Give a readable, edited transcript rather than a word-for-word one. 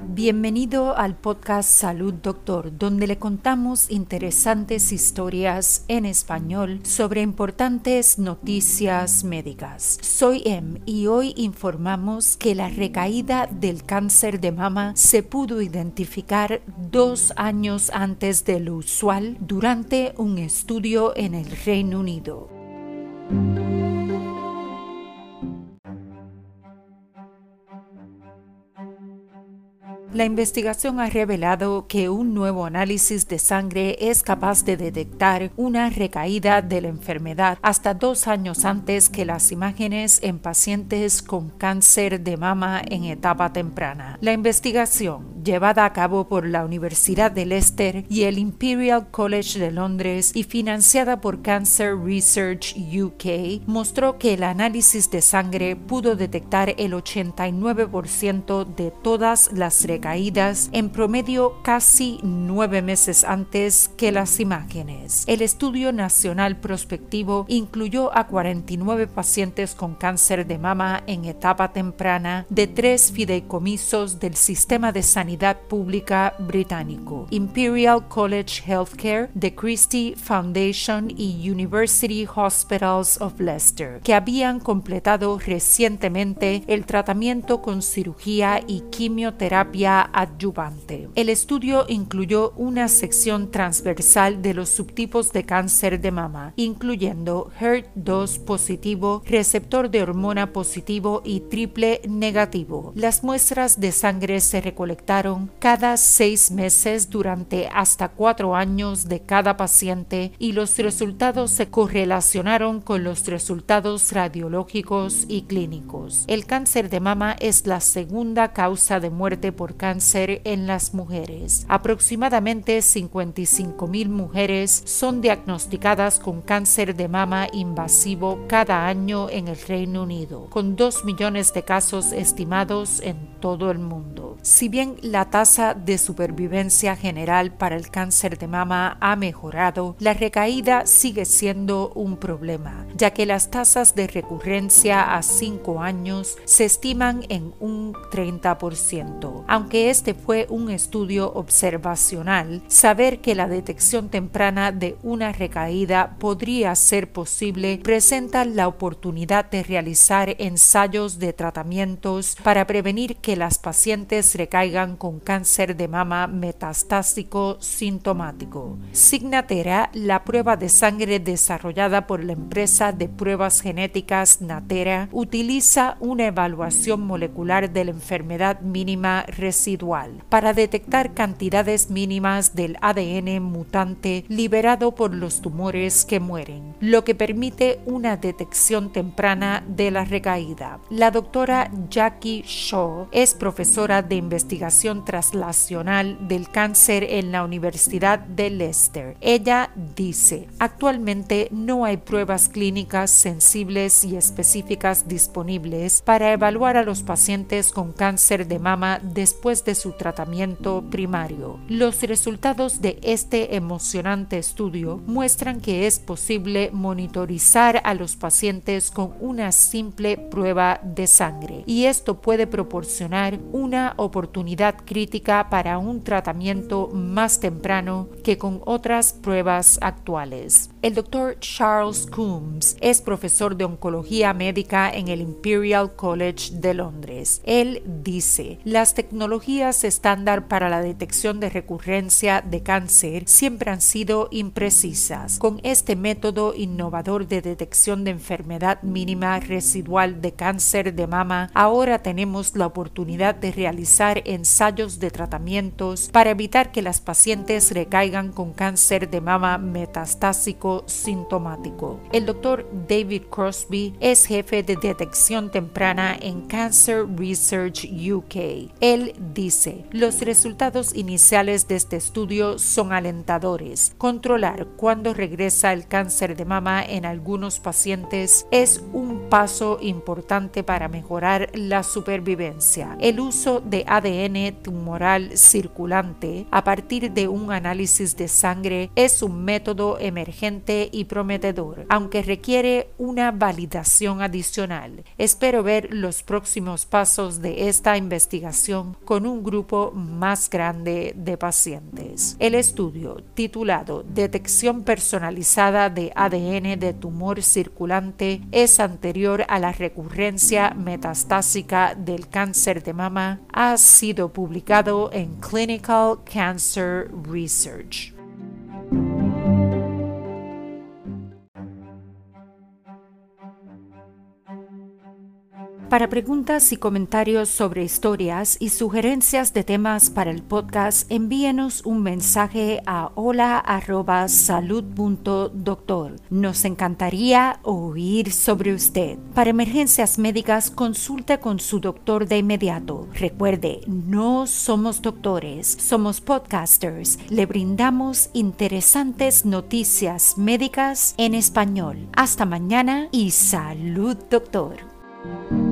Bienvenido al podcast Salud Doctor, donde le contamos interesantes historias en español sobre importantes noticias médicas. Soy Em y hoy informamos que la recaída del cáncer de mama se pudo identificar 2 años antes de lo usual durante un estudio en el Reino Unido. La investigación ha revelado que un nuevo análisis de sangre es capaz de detectar una recaída de la enfermedad hasta 2 años antes que las imágenes en pacientes con cáncer de mama en etapa temprana. La investigación, llevada a cabo por la Universidad de Leicester y el Imperial College de Londres y financiada por Cancer Research UK, mostró que el análisis de sangre pudo detectar el 89% de todas las recaídas en promedio casi 9 meses antes que las imágenes. El estudio nacional prospectivo incluyó a 49 pacientes con cáncer de mama en etapa temprana de 3 fideicomisos del sistema de sanidad pública británico: Imperial College Healthcare, The Christie Foundation y University Hospitals of Leicester, que habían completado recientemente el tratamiento con cirugía y quimioterapia adyuvante. El estudio incluyó una sección transversal de los subtipos de cáncer de mama, incluyendo HER2 positivo, receptor de hormona positivo y triple negativo. Las muestras de sangre se recolectaron cada 6 meses durante hasta 4 años de cada paciente y los resultados se correlacionaron con los resultados radiológicos y clínicos. El cáncer de mama es la segunda causa de muerte por cáncer en las mujeres. Aproximadamente 55,000 mujeres son diagnosticadas con cáncer de mama invasivo cada año en el Reino Unido, con 2 millones de casos estimados en todo el mundo. Si bien la tasa de supervivencia general para el cáncer de mama ha mejorado, la recaída sigue siendo un problema, ya que las tasas de recurrencia a 5 años se estiman en un 30%. Aunque este fue un estudio observacional, saber que la detección temprana de una recaída podría ser posible presenta la oportunidad de realizar ensayos de tratamientos para prevenir que las pacientes recaigan con cáncer de mama metastásico sintomático. Signatera, la prueba de sangre desarrollada por la empresa de pruebas genéticas Natera, utiliza una evaluación molecular de la enfermedad mínima residual para detectar cantidades mínimas del ADN mutante liberado por los tumores que mueren, lo que permite una detección temprana de la recaída. La doctora Jackie Shaw es profesora de investigación translacional del cáncer en la Universidad de Leicester. Ella dice: actualmente no hay pruebas clínicas sensibles y específicas disponibles para evaluar a los pacientes con cáncer de mama después de su tratamiento primario. Los resultados de este emocionante estudio muestran que es posible monitorizar a los pacientes con una simple prueba de sangre, y esto puede proporcionar una oportunidad crítica para un tratamiento más temprano que con otras pruebas actuales. El Dr. Charles Coombs es profesor de oncología médica en el Imperial College de Londres. Él dice: las tecnologías estándar para la detección de recurrencia de cáncer siempre han sido imprecisas. Con este método innovador de detección de enfermedad mínima residual de cáncer de mama, ahora tenemos la oportunidad de realizar ensayos de tratamientos para evitar que las pacientes recaigan con cáncer de mama metastásico sintomático. El Dr. David Crosby es jefe de detección temprana en Cancer Research UK. Él dice: los resultados iniciales de este estudio son alentadores. Controlar cuándo regresa el cáncer de mama en algunos pacientes es un paso importante para mejorar la supervivencia. El uso de de ADN tumoral circulante a partir de un análisis de sangre es un método emergente y prometedor, aunque requiere una validación adicional. Espero ver los próximos pasos de esta investigación con un grupo más grande de pacientes. El estudio, titulado Detección personalizada de ADN de tumor circulante, es anterior a la recurrencia metastásica del cáncer de mama, ha sido publicado en Clinical Cancer Research. Para preguntas y comentarios sobre historias y sugerencias de temas para el podcast, envíenos un mensaje a hola@salud.doctor. Nos encantaría oír sobre usted. Para emergencias médicas, consulte con su doctor de inmediato. Recuerde, no somos doctores, somos podcasters. Le brindamos interesantes noticias médicas en español. Hasta mañana y salud, doctor.